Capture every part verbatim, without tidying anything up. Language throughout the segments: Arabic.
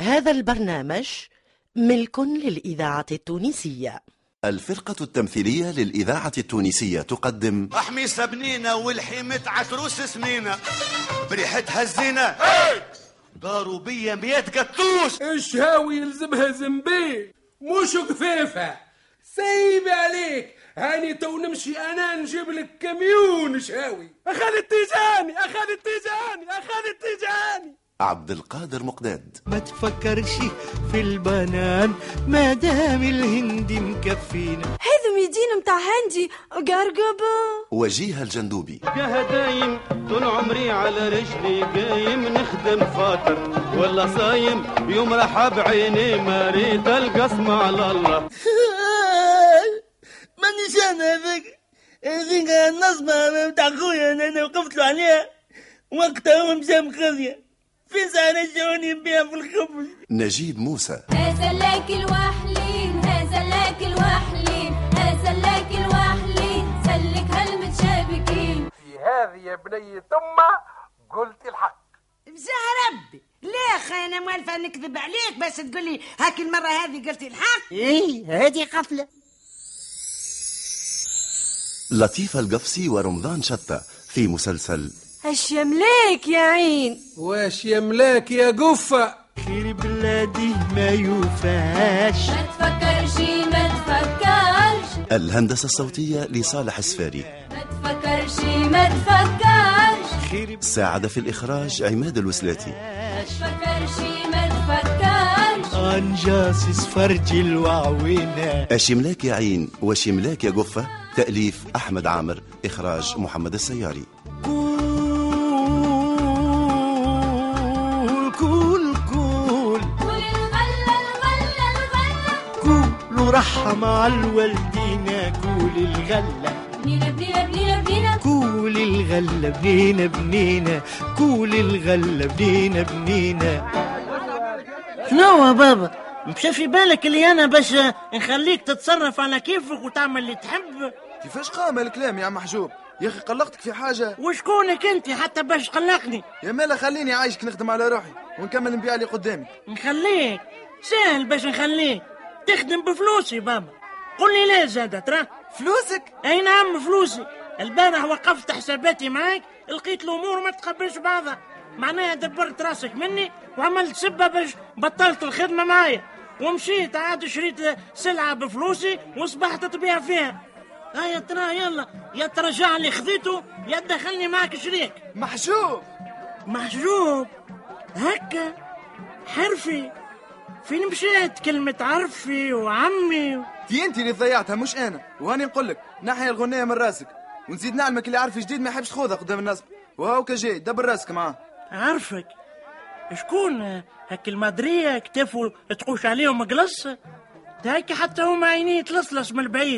هذا البرنامج ملك للإذاعة التونسية. الفرقة التمثيلية للإذاعة التونسية تقدم أحميسة بنينة والحيمة عتروس سنينة بريحتها الزينة داروا بيا ميات قطوش. الشهاوي يلزمها زنبي مش قفافة. سيب عليك هاني تو نمشي أنا نجيب لك كاميون شهاوي. أخذ التيجاني أخذ التيجاني أخذ التيجاني. عبد القادر مقداد. ما تفكرش في البنان ما دام الهندي مكفينا. هذا ميدين متاع هندي قرقبة. وجيه الجندوبي. يا دايم طول عمري على رجلي قايم نخدم فاطر ولا صايم يوم راح بعيني ما ريت القسم على الله. مانيش انا هذاك هذيك النصبة متاع خويا انا وقفت له عليها وقتها هو مشى مخزية في ساعة جاوني بيها في الخبز. نجيب موسى. هذا لك الوحلين هذا لك الوحلين هذا لك الوحلين سلك هالمتشابكين. في هذه يا بني ثم قلت الحق. بزاه ربي لا خي انا موالفة نكذب عليك بس تقولي هاك المرة هذه قلت الحق. ايه هذه قفلة. لطيفة القفصي ورمضان شطة في مسلسل اش يملاك يا عين واش يملاك يا قفة. خير بلادي ما يوفاش. ما تفكرش ما تفكرش. الهندسة الصوتية لصالح السفاري. ما تفكرش ما تفكرش. ساعد في الإخراج عماد الوسلاتي. ما تفكرش ما تفكرش. انجاسس فرج الوعوينة. أشملاك يا عين وشملاك يا قفة. تأليف أحمد عامر. إخراج محمد السياري. رحم على الوالدين كول الغلة بنينا بنينا بنينا بنينا كول الغلة بنينا بنينا كول الغلة بنينا بنينا. شنو يا بابا مش في بالك اللي انا باش نخليك تتصرف على كيفك وتعمل اللي تحب؟ كيفاش قام الكلام يا عم محجوب يا اخي؟ قلقتك في حاجة؟ وشكونك انت حتى باش قلقني؟ يا مالا خليني عايشك نخدم على روحي ونكمل نبيع اللي قدامي. نخليك سهل باش نخليك تخدم بفلوسي بابا. قل لي ليه زادة ترى فلوسك؟ اي نعم فلوسي. البارح وقفت حساباتي معاك لقيت الامور ما تقبلش بعضها معناها دبرت راسك مني وعملت سبة باش بطلت الخدمة معايا ومشيت عاد شريت سلعة بفلوسي واصبحت تبيع فيها. هيا ترى يلا يا ترجع لي خذيته يا تدخلني معك شريك. محجوب محجوب هكا حرفي فين مشيت كلمة عرفي وعمي؟ تي انت اللي ضيعتها مش انا. وهاني نقول لك نحي الغنية من راسك ونزيد نعلمك اللي عارف جديد ما يحبش تخوضها قدام الناس وهاو كجاي دبر راسك معاه. عارفك شكون هاك المدرية كتافو تقوش عليهم قلص هاك حتى هما عينيه تلصلص من البعيد.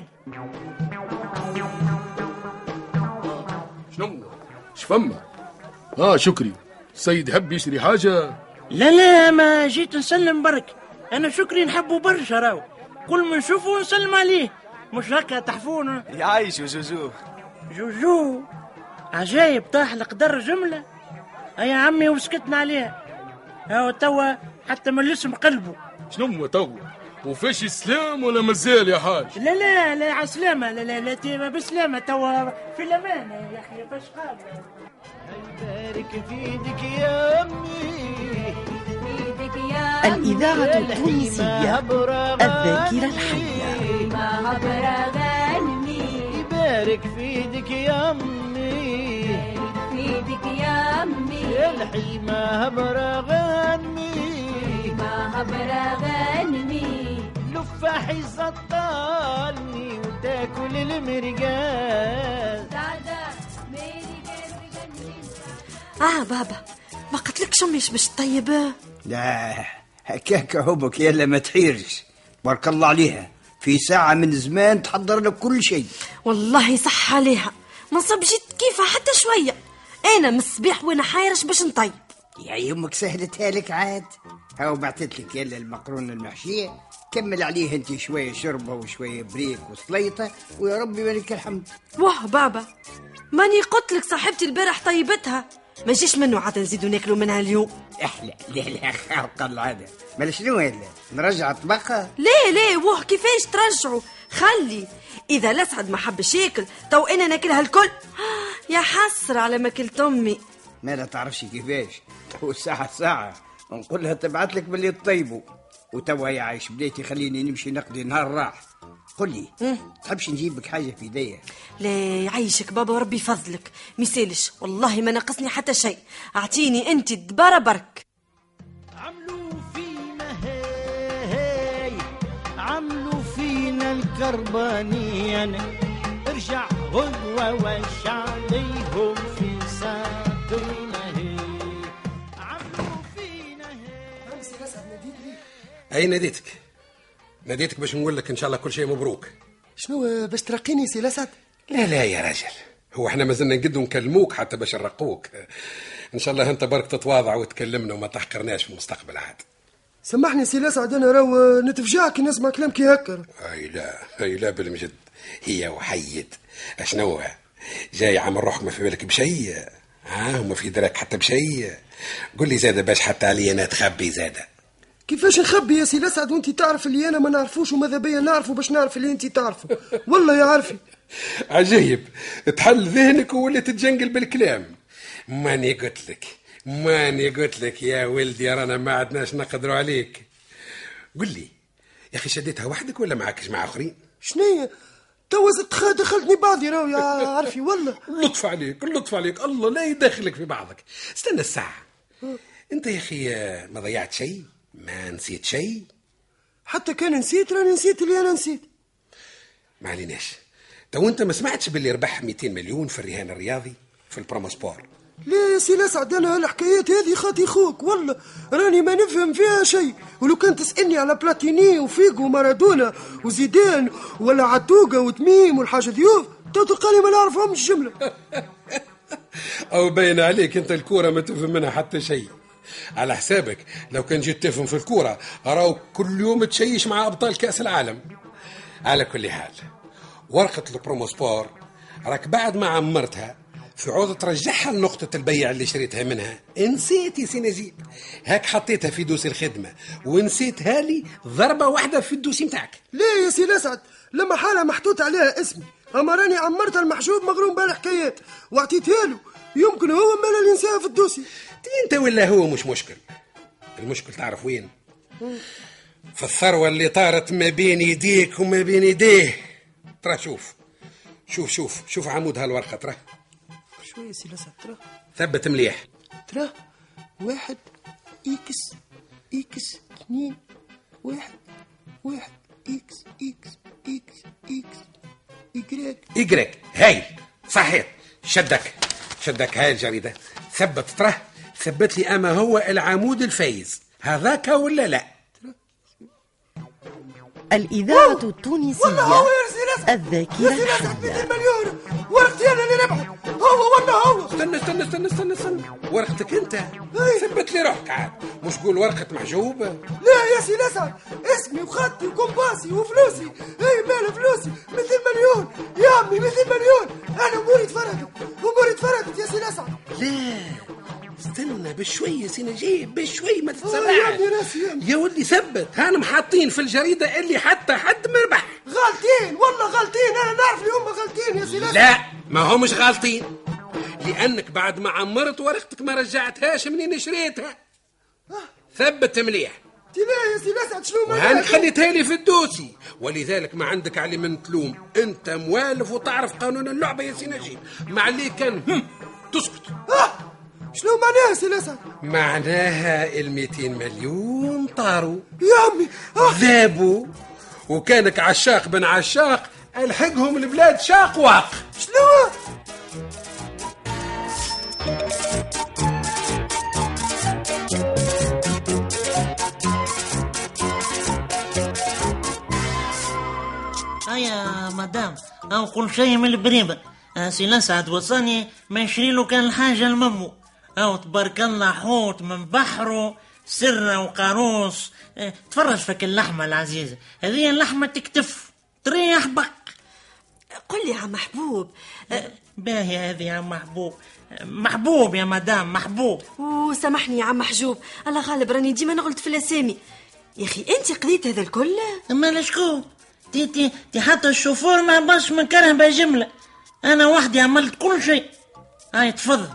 شنو شفما؟ اه شكري السيد حب يشتري حاجة؟ لا لا ما جيت نسلم برك. انا شكري نحبه برشا راو كل ما نشوفه نسلم عليه مش هكا تحفونه. يعيشوا جوجو جوجو عجايب طاح القدر جملة. يا عمي وسكتنا عليها هاو توا حتى من الاسم قلبه. شنو توا وفاش السلام ولا مازال يا حاج؟ لا لا لا عسلامة لا لا لا تيما بسلامة توا في الأمان يا أخي فاش قال. بارك في يدك يا أمي الإذاعة التونسية الذاكرة الحية. يبارك في يدك يا أمي في يدك يا أمي الحيمة هبرة غنمي ما هبرة غنمي لفاحي سطالني وتاكل المرقاز. اه بابا ما قلتلكش اميش باش طيبه؟ لا هكاك عبك يلا ما تحيرش بارك الله عليها في ساعة من زمان تحضر لك كل شيء. والله صح عليها ما صبجيت كيفها حتى شوية. انا من الصباح وانا حايرش باش نطيب. يا يمك سهلتها لك عاد. هاو بعتت لك يلا المقرونة المحشية كمل عليه انت شوية شربة وشوية بريك وسليطة ويا ربي ولك الحمد. واه بابا ماني قلت لك صاحبتي البارح طيبتها ما نجيش منه عاد نزيدو ناكلو منها اليوم. احلى لا لا خارق العادة. ما شنو هذا؟ نرجع الطبخة؟ ليه ليه واه كيفاش ترجعوا؟ خلي اذا الاسعد ما حبش ياكل تو انا ناكلها الكل. يا حسرة على ما كلت امي. ما لا تعرفش كيفاش تو ساعة ساعة نقول لها تبعت لك باللي تطيبوا وتوا يا عايش بديتي خليني نمشي نقضي نهار راح. قل لي تحبش نجيب لك حاجة في يديا؟ لا يعيشك بابا وربي فضلك ميسالش والله ما نقصني حتى شيء. اعطيني انت الدبارة برك. عملوا فينا هاي عملوا فينا الكربانيين ارجع غدوة وش عليهم في ساقينا هاي عملوا فينا هاي. اي ناديتك ناديتك باش نقول لك ان شاء الله كل شيء مبروك. شنو باش ترقيني سي الاسد؟ لا لا يا راجل هو احنا مازلنا نقدو نكلموك حتى باش نرقوك. ان شاء الله انت برك تتواضع وتكلمنا وما تحقرناش في المستقبل عاد. سمحني سي الاسد انا راهو نتفجع كي نسمع كلام كي هكا. اي لا اي لا بالمجد هي وحيد اشنو جاي عامل روحك ما في بالك بشيء ها وما في دراك حتى بشيء. قل لي زاده باش حتى علي انا تخبي زاده. كيفاش نخبي يا سي الاسعد وانت تعرف اللي انا ما نعرفوش وماذا بيا نعرفه باش نعرف اللي انت تعرفه. والله يا عارفي عجيب تحل ذهنك ولا تتجنقل بالكلام. ماني قلت لك ماني قلت لك يا ولدي رانا ما عدناش نقدروا عليك. قل لي يا اخي شديتها وحدك ولا معكش مع اخرين؟ شنية تو دخلتني بعضي راهو يا عارفي والله. لطف عليك لطف عليك الله لا يدخلك في بعضك. استنى الساعة انت يا اخي ما ضيعت شيء ما نسيت شيء؟ حتى كان نسيت راني نسيت اللي انا نسيت. ما عليناش تو انت ما سمعتش باللي ربح مئتين مليون في الرهان الرياضي في البروموسبور؟ لا يا سي الاسعد انا هالحكايات هذه خاطي خوك والله راني ما نفهم فيها شيء. ولو كان تسالني على بلاتيني وفيغو ومارادونا وزيدان ولا عتوقه وتميم والحاج ضيوف تلقاني ما نعرفهمش جمله. او باين عليك انت الكوره ما تفهم منها حتى شيء. على حسابك لو كان جيت تفهم في الكوره راهو كل يوم تشيش مع ابطال كاس العالم. على كل حال ورقه البروموسبور راك بعد ما عمرتها في عوض ترجعها لنقطة البيع اللي شريتها منها نسيت يا سي نجيب. هاك حطيتها في دوسي الخدمة ونسيتها لي ضربة واحدة في الدوسي متاعك. لا يا سي الاسعد لما حالة محطوط عليها اسمي اما راني عمرتها المحجوب مغروم بالحكايات واعطيتها له يمكن هو ما اللي ينساها في الدوسي. انت ولا هو مش مشكل. المشكل تعرف وين؟ في الثروة اللي طارت ما بين يديك وما بين يديه. ترى شوف شوف شوف شوف عمود هالورقة ترى شوية سي الاسد ترى ثبت مليح ترى واحد اكس اكس اثنين واحد واحد اكس اكس اكس اكس ايكريك ايكريك هاي صحيح. شدك شدك هاي الجريدة ثبت ترى ثبت لي اما هو العمود الفايز هذاك ولا لا؟ الإذاعة التونسية الذاكرة الحية. مليون ورقتي انا اللي ربحت هو ولا هو. استنى استنى استنى استنى استنى ورقتك انت ثبت لي روحك عاد مش قول ورقة محجوب. لا يا سي الاسعد اسمي وخطي وكومباسي وفلوسي اي مال فلوسي مثل مليون يا عمي مثل مليون. انا اموري تفرقت اموري تفرقت يا سي الاسعد. لا استنى بشوي سي نجيب بشوي ما تتسرعش. يا, يا ولدي ثبت هانم حاطين في الجريدة اللي حتى حد مربح. غالطين والله غالطين انا نعرف اللي هم غالطين يا سي الاسعد. لا ما هم مش غالطين لانك بعد ما عمرت ورقتك ما رجعتهاش منين شريتها. ثبت مليح. لا يا سي الاسعد شنو ما وهانك خليتها لي في الدوسي ولذلك ما عندك علي من تلوم. انت موالف وتعرف قانون اللعبة يا سي نجيب. ما عليك كان تسكت. آه. شنو معناها سي الاسد؟ معناها المئتين مليون طاروا يا عمي آه. ذابوا وكانك عشاق بن عشاق الحقهم البلاد شاق واق. شنو هيا مدام او كل شيء من البريبة. سي الاسعد وصاني ما يشري له كان الحاجة الممو او تبارك الله حوت من بحره سرة وقاروص. اه تفرج فك اللحمة العزيزة هذه اللحمة تكتف تريح بق. قل لي يا عم محبوب اه باهي هذه يا محبوب. محبوب يا مدام محبوب. وسامحني يا عم محجوب، الله غالب راني ديما نغلط في الاسامي. يا اخي انت قضيت هذا الكل؟ اما شكون؟ تي تي تي حتى الشوفور ما باش من كرهبة جملة. انا وحدي عملت كل شيء. هاي تفضل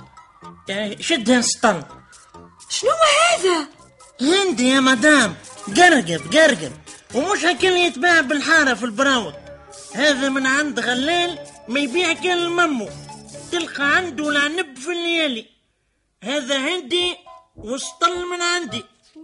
شدها نسطن. شنو هذا؟ هندي يا مدام، قرقب قرقب، ومش هكذا يتباع بالحارة في البراود. هذا من عند غلال ما يبيع كل ممو، تلقى عنده لعنب في الليالي. هذا عندي وسطل من عندي.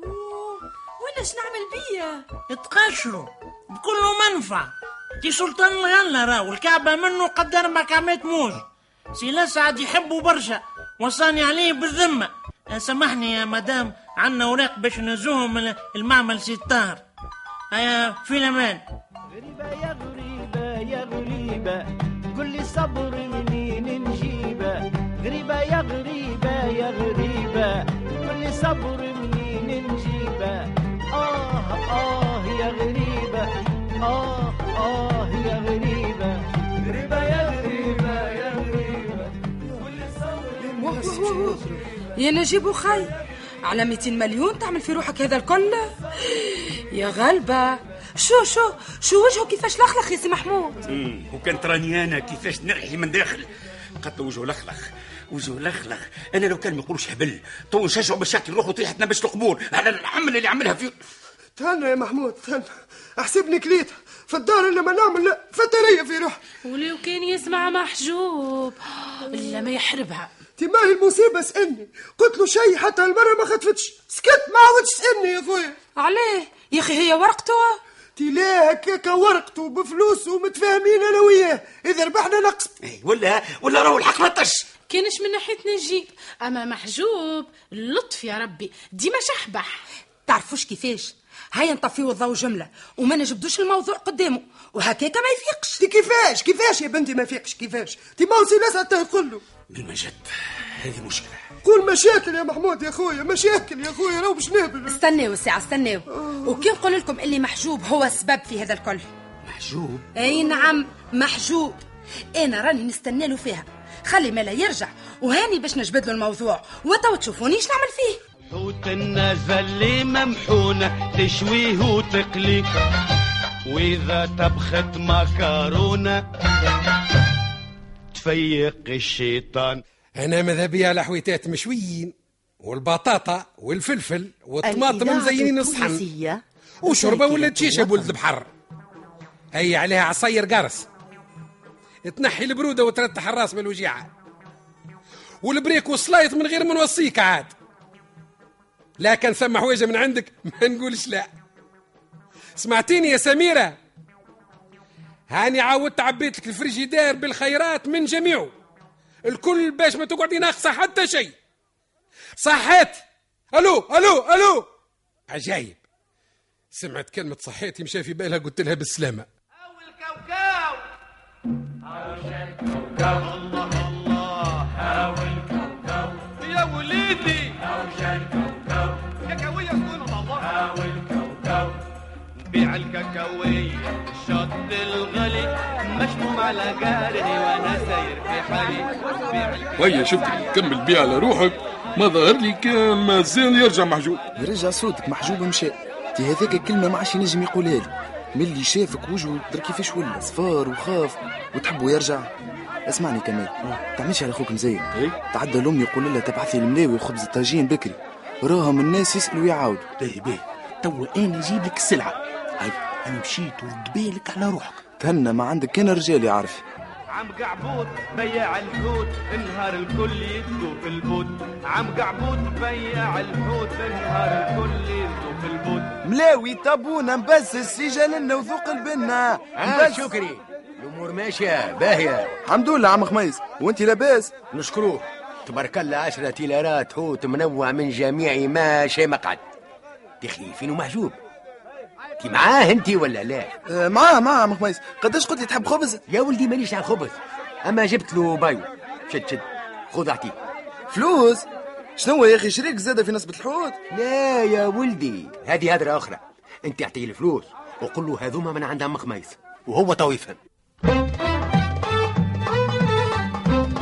وانا اش نعمل بيه؟ اتقشروا بكل منفع. دي سلطان الغلة راهو الكعبة منه قدر مكعمات موز. سي لسعد يحبه برشا وصاني عليه بالذمة. سامحني يا مدام، عنا اوراق باش نزوهم من المعمل سي الطاهر. هيا في الامان. غريبة يا غريبة يا غريبة، قل لي صبر منين نجيبه. غريبة يا غريبة يا غريبة، قل لي صبر منين نجيبه. آه آه يا غريبة، آه آه يا غريبة. غريبة يا غريبة يا غريبة، قل لي صبر. يا نجيب وخي، على مئتين مليون تعمل في روحك هذا الكل؟ يا غلبة، شو شو شو وجهه كيفاش لخلخ يا سي محمود؟ امم وكانت راني انا كيفاش نرحي من داخل قد وجهه لخلخ وجهه لخلخ. انا لو كان ما يقولوش هبل تو نشجعوا باش يعطي روحه طيحتنا باش القبور على الحمل اللي عملها في. تهنى يا محمود تهنى، احسبني كليت في الدار اللي ما نعمل لا فتريه في روح. ولو كان يسمع محجوب الا ما يحربها. تي ماهي المصيبه اسالني، قلت له شيء حتى المره ما خطفتش، سكت ما عاودش تسالني يا خويا. عليه يا اخي هي ورقته؟ تي لا هكاكا ورقته بفلوس ومتفاهمين انا وياه، اذا ربحنا نقسم. اي ولا ولا راهو الحق لطش. كانش من ناحيه نجيب، اما محجوب اللطف يا ربي ديما شحبح. تعرفوش كيفاش؟ هيا نطفيو الضوء جمله وما نجبدوش الموضوع قدامه وهكاكا ما يفيقش. تي كيفاش كيفاش يا بنتي ما يفيقش كيفاش؟ تي ماوسي ناس تقول له بالمجد هذه مشكله. قول مشاكل يا محمود يا خويا، مشاكل يا خويا راهو باش نهبل. استناو الساعه استناو. وكي نقول لكم اللي محجوب هو السبب في هذا الكل. محجوب؟ اي نعم محجوب. انا راني نستنى له فيها، خلي مالا يرجع وهاني باش نجبد له الموضوع وتو تشوفوني ايش نعمل فيه. حوت النازل اللي ممحونة تشويه وتقلي، وإذا طبخت مكرونة تفيق الشيطان. أنا ماذا بيا على حويتات مشويين والبطاطا والفلفل والطماطم مزينين الصحن وشربة ولا تشيشة بولد البحر. هي عليها عصير قارس تنحي البرودة وترتح الراس من الوجيعة، والبريك والسلايط من غير ما نوصيك عاد. لكن ثم حواجه من عندك ما نقولش لا. سمعتيني يا سميرة؟ هاني عاودت عبيت لك الفريجيدير بالخيرات من جميعه الكل باش ما تقعدي ناقصة حتى شيء. صحيت؟ الو الو الو عجايب. سمعت كلمة صحيت يمشي في بالها قلت لها بالسلامة. أو الكوكاو عشان كوكاو الله الله. أو الكوكاو يا وليدي عشان كوكاو يا كوية سكون الله. أو الكوكاو بيع الكاكاوية شط الغلي مشموم على قارني وانا ساير في حالي. ويا شفتي كمل بيع على روحك، ما ظهر لي كان ما زال يرجع محجوب. يرجع صوتك محجوب مشى. تي هذاك كلمة ما عادش ينجم يقولها لي، ملي شافك وجهه در كيفاش ولا صفار وخاف وتحبه يرجع. اسمعني كمال، تعملش على خوك مزين. تعدى لأمي يقول لها تبعثي الملاوي وخبز الطاجين بكري، راهم الناس يسألوا ويعاودوا. باهي باهي توا انا نجيب لك السلعة. هاي انا مشيت ورد بالك على روحك. تهنى ما عندك كان رجال يعرف. عم قعبود بياع الحوت النهار الكل يدقوا في البوت. عم قعبود بياع الحوت النهار الكل يدقوا في البوت. ملاوي طابونا مبسس سجلنا وذوق البنا. آه شكري الامور ماشيه باهيه الحمد لله. عم خميس وانت لاباس؟ نشكروه تبارك الله. عشرة تيلارات حوت منوع من جميع ما شيء مقعد. تخي فينو محجوب؟ تي معاه انتي ولا لا؟ آه معاه معاه عم خميس. قداش قلت لي تحب خبز؟ يا ولدي مانيش على خبز، اما جبت له بايو. شد شد خذ اعطيه. فلوس؟ شنو يا اخي شريك زاده في نسبة الحوت؟ لا يا ولدي هذه هدرة اخرى. انت اعطيه الفلوس وقل له هذوما من عند عم خميس وهو تو يفهم.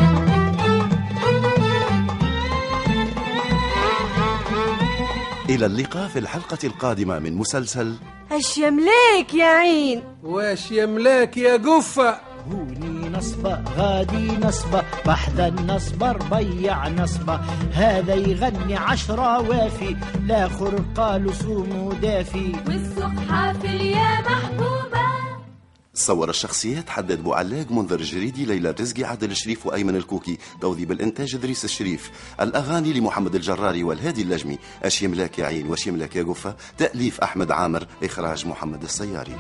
إلى اللقاء في الحلقة القادمة من مسلسل اش يملاك يا عين. واش يملاك يا قفة. هوني نصبة غادي نصبة بحذا النصبة ربيع نصبة، هذا يغني عشرة وافي لاخر قالوا صوموا دافي، والسوق حافل يا محبوبة. صور الشخصيات حدد بوعلاق، منذر الجريدي، ليلى الرزقي، عادل الشريف وأيمن الكوكي. توظيب الإنتاج إدريس الشريف. الأغاني لمحمد الجراري والهادي اللجمي. اش يملاك يا عين واش يملاك يا قفة، تأليف أحمد عامر، إخراج محمد السياري.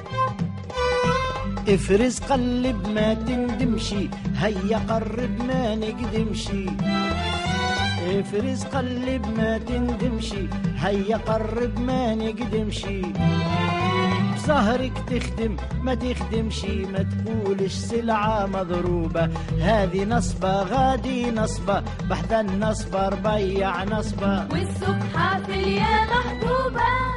افرز قلب ما تندمشي، هيا قرب ما نقدمشي، افرز قلب ما تندمشي، هيا قرب ما نقدمشي، بظهرك تخدم ما تخدمشي، ما تقولش سلعة مضروبة، هذه نصبة غادي نصبة بحذا النصبة ربيع نصبة، والسوق حافل يا محبوبة.